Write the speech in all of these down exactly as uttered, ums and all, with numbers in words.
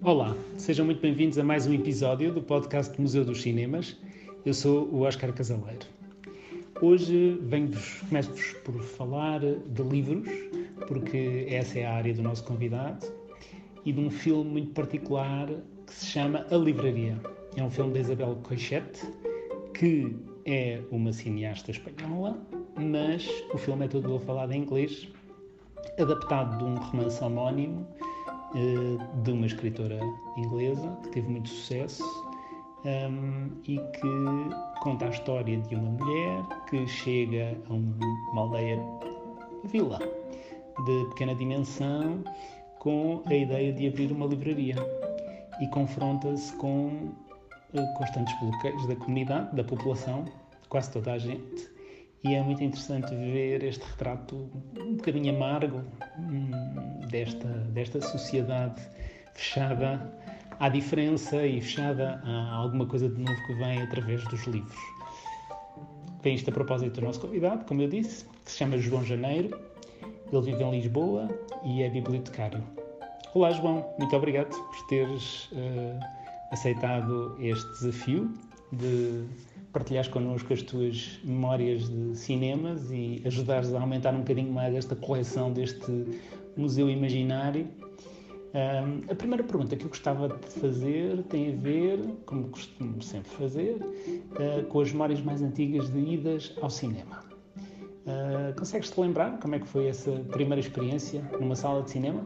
Olá, sejam muito bem-vindos a mais um episódio do podcast Museu dos Cinemas. Eu sou o Óscar Casaleiro. Hoje venho-vos, começo-vos por falar de livros, porque essa é a área do nosso convidado, e de um filme muito particular que se chama A Livraria. É um filme de Isabel Coixet, que é uma cineasta espanhola, mas o filme é todo falado em inglês, adaptado de um romance homónimo de uma escritora inglesa que teve muito sucesso um, e que conta a história de uma mulher que chega a uma aldeia, vila de pequena dimensão, com a ideia de abrir uma livraria e confronta-se com uh, constantes bloqueios da comunidade, da população, quase toda a gente. E é muito interessante ver este retrato um bocadinho amargo hum, desta, desta sociedade fechada à diferença e fechada a alguma coisa de novo que vem através dos livros. Vem isto a propósito do nosso convidado, como eu disse, que se chama João Janeiro. Ele vive em Lisboa e é bibliotecário. Olá, João. Muito obrigado por teres uh, aceitado este desafio de partilhares connosco as tuas memórias de cinemas e ajudares a aumentar um bocadinho mais esta coleção deste museu imaginário. Um, a primeira pergunta que eu gostava de fazer tem a ver, como costumo sempre fazer, uh, com as memórias mais antigas de idas ao cinema. Uh, Consegues-te lembrar como é que foi essa primeira experiência numa sala de cinema?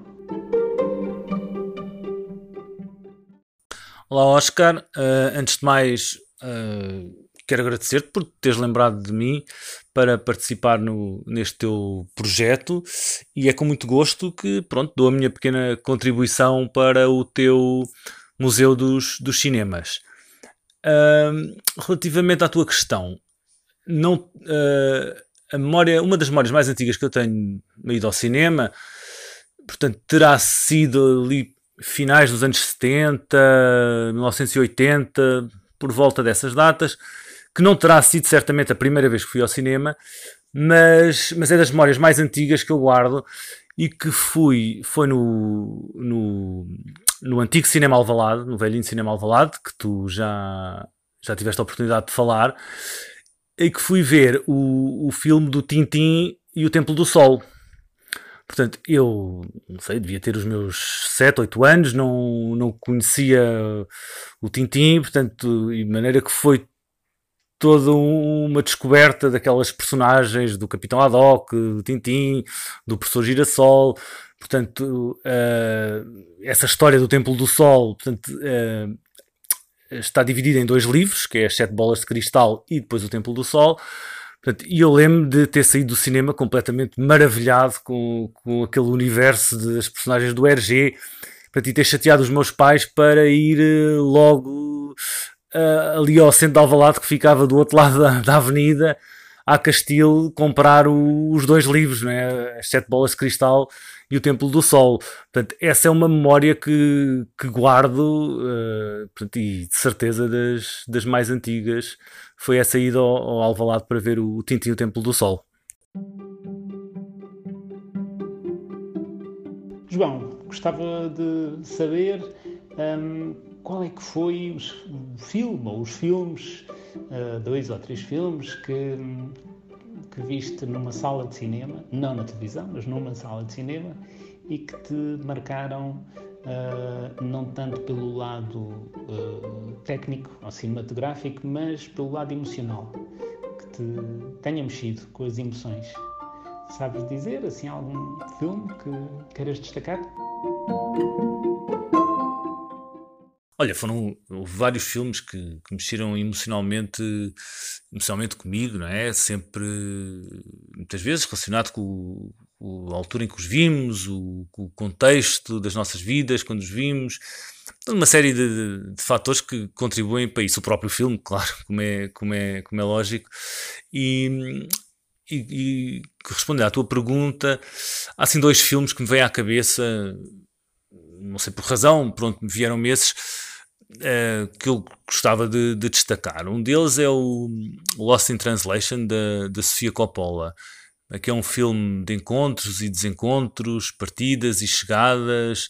Olá, Óscar. Uh, antes de mais, uh, quero agradecer-te por teres lembrado de mim para participar no, neste teu projeto, e é com muito gosto que, pronto, dou a minha pequena contribuição para o teu Museu dos, dos Cinemas. Uh, relativamente à tua questão, não, uh, a memória, uma das memórias mais antigas que eu tenho ido ao cinema, portanto, terá sido ali finais dos anos setenta, mil novecentos e oitenta, por volta dessas datas, que não terá sido certamente a primeira vez que fui ao cinema, mas, mas é das memórias mais antigas que eu guardo, e que fui, foi no, no, no antigo Cinema Alvalade, no velhinho Cinema Alvalade, que tu já, já tiveste a oportunidade de falar, e que fui ver o, o filme do Tintin e o Templo do Sol. Portanto, eu, não sei, devia ter os meus sete, oito anos, não, não conhecia o Tintin, portanto, de maneira que foi toda uma descoberta daquelas personagens do Capitão Haddock, do Tintin, do Professor Girassol. Portanto, uh, essa história do Templo do Sol, portanto, uh, está dividida em dois livros, que é As Sete Bolas de Cristal e depois o Templo do Sol. E eu lembro de ter saído do cinema completamente maravilhado com, com aquele universo das personagens do Hergé, e ter chateado os meus pais para ir uh, logo uh, ali ao centro de Alvalade, que ficava do outro lado da, da avenida, à Castile, comprar o, os dois livros, né? As Sete Bolas de Cristal e o Templo do Sol. Portanto, essa é uma memória que, que guardo, uh, portanto, e de certeza das, das mais antigas. Foi essa ida ao, ao Alvalade para ver o, o Tintin e o Templo do Sol. João, gostava de saber um, qual é que foi o filme ou os filmes, uh, dois ou três filmes que, que viste numa sala de cinema, não na televisão, mas numa sala de cinema, e que te marcaram uh, não tanto pelo lado uh, técnico ou cinematográfico, mas pelo lado emocional, que te tenha mexido com as emoções. Sabes dizer, assim, algum filme que queiras destacar? Olha, foram vários filmes que, que mexeram emocionalmente, emocionalmente comigo, não é? Sempre, muitas vezes, relacionado com, com a altura em que os vimos, o, com o contexto das nossas vidas, quando os vimos. Uma série de, de fatores que contribuem para isso. O próprio filme, claro, como é, como é, como é lógico. E... E, e respondendo à tua pergunta, há assim dois filmes que me vêm à cabeça, não sei por razão, pronto, me vieram esses, uh, que eu gostava de, de destacar. Um deles é o Lost in Translation, da, da Sofia Coppola, que é um filme de encontros e desencontros, partidas e chegadas,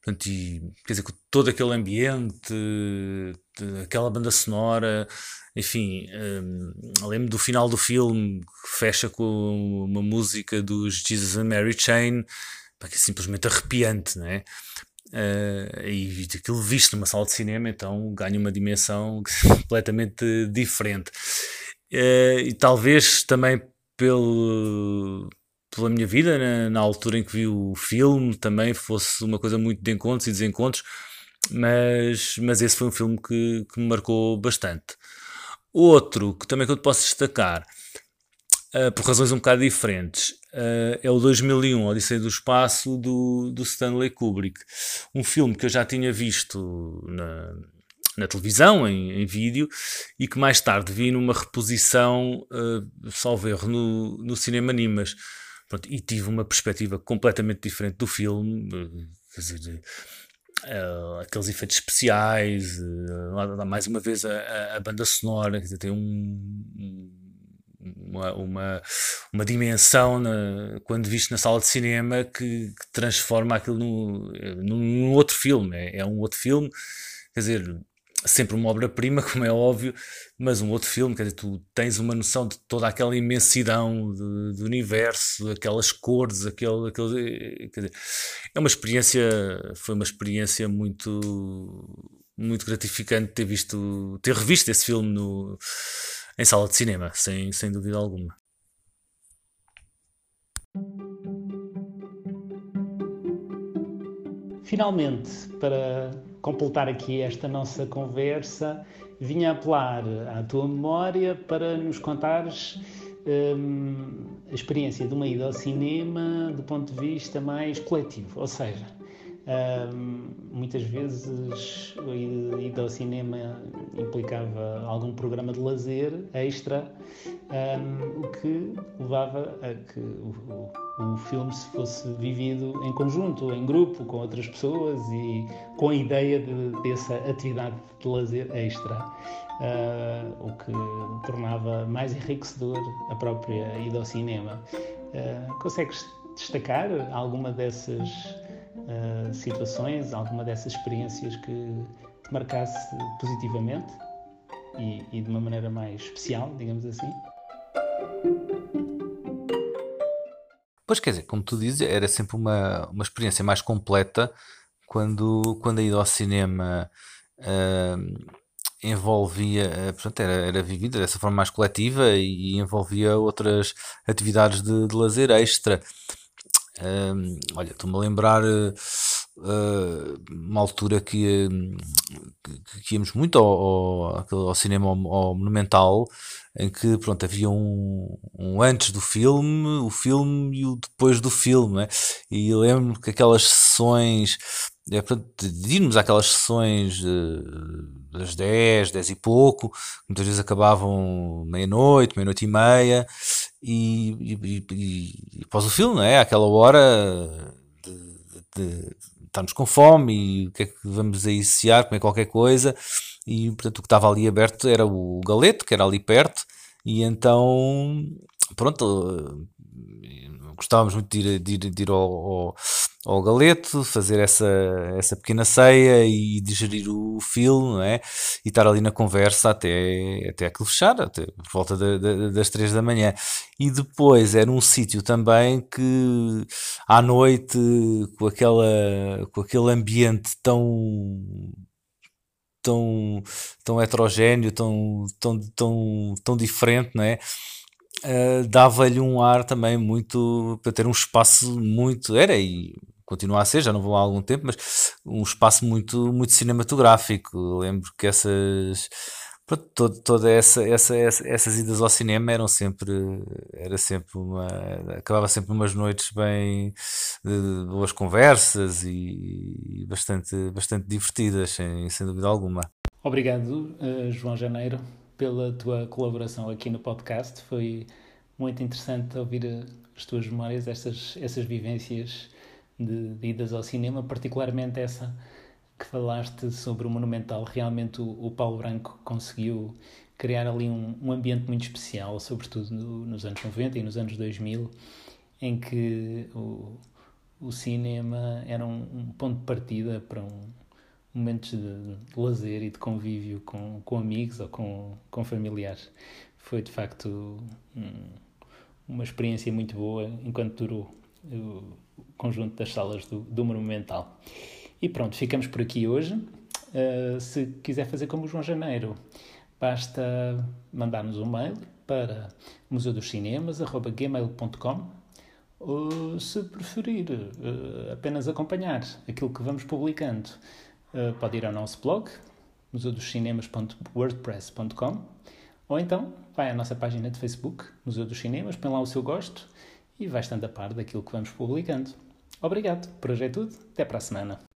Portanto, e, quer dizer, com todo aquele ambiente, aquela banda sonora, enfim, um, lembro do final do filme que fecha com uma música dos Jesus and Mary Chain, que é simplesmente arrepiante, não é? Uh, e aquilo visto numa sala de cinema, então ganha uma dimensão completamente diferente. Uh, e talvez também pelo, pela minha vida, na, na altura em que vi o filme, também fosse uma coisa muito de encontros e desencontros, mas, mas esse foi um filme que, que me marcou bastante. Outro que também que eu te posso destacar, Uh, por razões um bocado diferentes, uh, é o dois mil e um, Odisseia do Espaço, do, do Stanley Kubrick. Um filme que eu já tinha visto na, na televisão, em, em vídeo, e que mais tarde vi numa reposição, uh, salvo erro, no, no Cinema Nimas. Pronto, e tive uma perspectiva completamente diferente do filme, uh, quer dizer, uh, aqueles efeitos especiais, uh, mais uma vez a, a, a banda sonora, quer dizer, tem um... um Uma, uma, uma dimensão na, quando visto na sala de cinema que, que transforma aquilo num, num outro filme. É, é um outro filme, quer dizer, sempre uma obra-prima, como é óbvio, mas um outro filme, quer dizer, tu tens uma noção de toda aquela imensidão do, do universo, aquelas cores, aquele, aquele, quer dizer, é uma experiência, foi uma experiência muito, muito gratificante ter visto, ter revisto esse filme no em sala de cinema, sem, sem dúvida alguma. Finalmente, para completar aqui esta nossa conversa, vinha apelar à tua memória para nos contares hum, a experiência de uma ida ao cinema do ponto de vista mais coletivo, ou seja, Um, muitas vezes a ida ao cinema implicava algum programa de lazer extra, um, o que levava a que o, o, o filme se fosse vivido em conjunto, em grupo, com outras pessoas e com a ideia de, dessa atividade de lazer extra, uh, o que tornava mais enriquecedor a própria ida ao cinema. Uh, consegues destacar alguma dessas Uh, situações, alguma dessas experiências que te marcasse positivamente e, e de uma maneira mais especial, digamos assim? Pois, quer dizer, como tu dizes, era sempre uma, uma experiência mais completa quando, quando a ida ao cinema uh, envolvia, uh, portanto, era, era vivida dessa forma mais coletiva e envolvia outras atividades de, de lazer extra. Um, olha, estou-me a lembrar uh, uh, uma altura que, que, que íamos muito ao, ao, ao cinema ao, ao Monumental, em que pronto, havia um, um antes do filme, o filme e o depois do filme, né? E lembro-me que aquelas sessões, é, portanto, de irmos àquelas sessões uh, das dez, dez e pouco, muitas vezes acabavam meia-noite, meia-noite e meia. E, e, e, e após o filme, não é? Àquela hora de, de, de estarmos com fome e o que é que vamos aí cear, comer qualquer coisa, e portanto o que estava ali aberto era o galeto, que era ali perto, e então pronto, gostávamos muito de ir, de ir, de ir ao, ao, ao galeto, fazer essa, essa pequena ceia e digerir o filme, não é? E estar ali na conversa até, até aquilo fechar, até por volta de, de, das três da manhã. E depois era um sítio também que à noite, com, aquela, com aquele ambiente tão tão, tão heterogéneo, tão, tão, tão, tão diferente, não é? Uh, dava-lhe um ar também muito, para ter um espaço muito, era e continua a ser, já não vou há algum tempo, mas um espaço muito, muito cinematográfico. Eu lembro que essas, pronto, todo, toda essa, essa, essa, essas idas ao cinema eram sempre, era sempre uma, acabava sempre umas noites bem, de boas conversas e bastante, bastante divertidas, sem, sem dúvida alguma. Obrigado, uh, João Janeiro, pela tua colaboração aqui no podcast. Foi muito interessante ouvir as tuas memórias, essas, essas vivências de, de idas ao cinema, particularmente essa que falaste sobre o Monumental. Realmente o, o Paulo Branco conseguiu criar ali um, um ambiente muito especial, sobretudo no, nos anos noventa e nos anos dois mil, em que o, o cinema era um, um ponto de partida para um momentos de lazer e de convívio com, com amigos ou com, com familiares. Foi de facto um, uma experiência muito boa enquanto durou o conjunto das salas do, do Monumental. E pronto, ficamos por aqui hoje. Uh, se quiser fazer como o João Janeiro, basta mandar-nos um mail para museu dos cinemas arroba gmail ponto com, ou se preferir uh, apenas acompanhar aquilo que vamos publicando, uh, pode ir ao nosso blog museu dos cinemas ponto wordpress ponto com, ou então vai à nossa página de Facebook Museu dos Cinemas, põe lá o seu gosto e vai estando a par daquilo que vamos publicando. Obrigado, por hoje é tudo, até para a semana.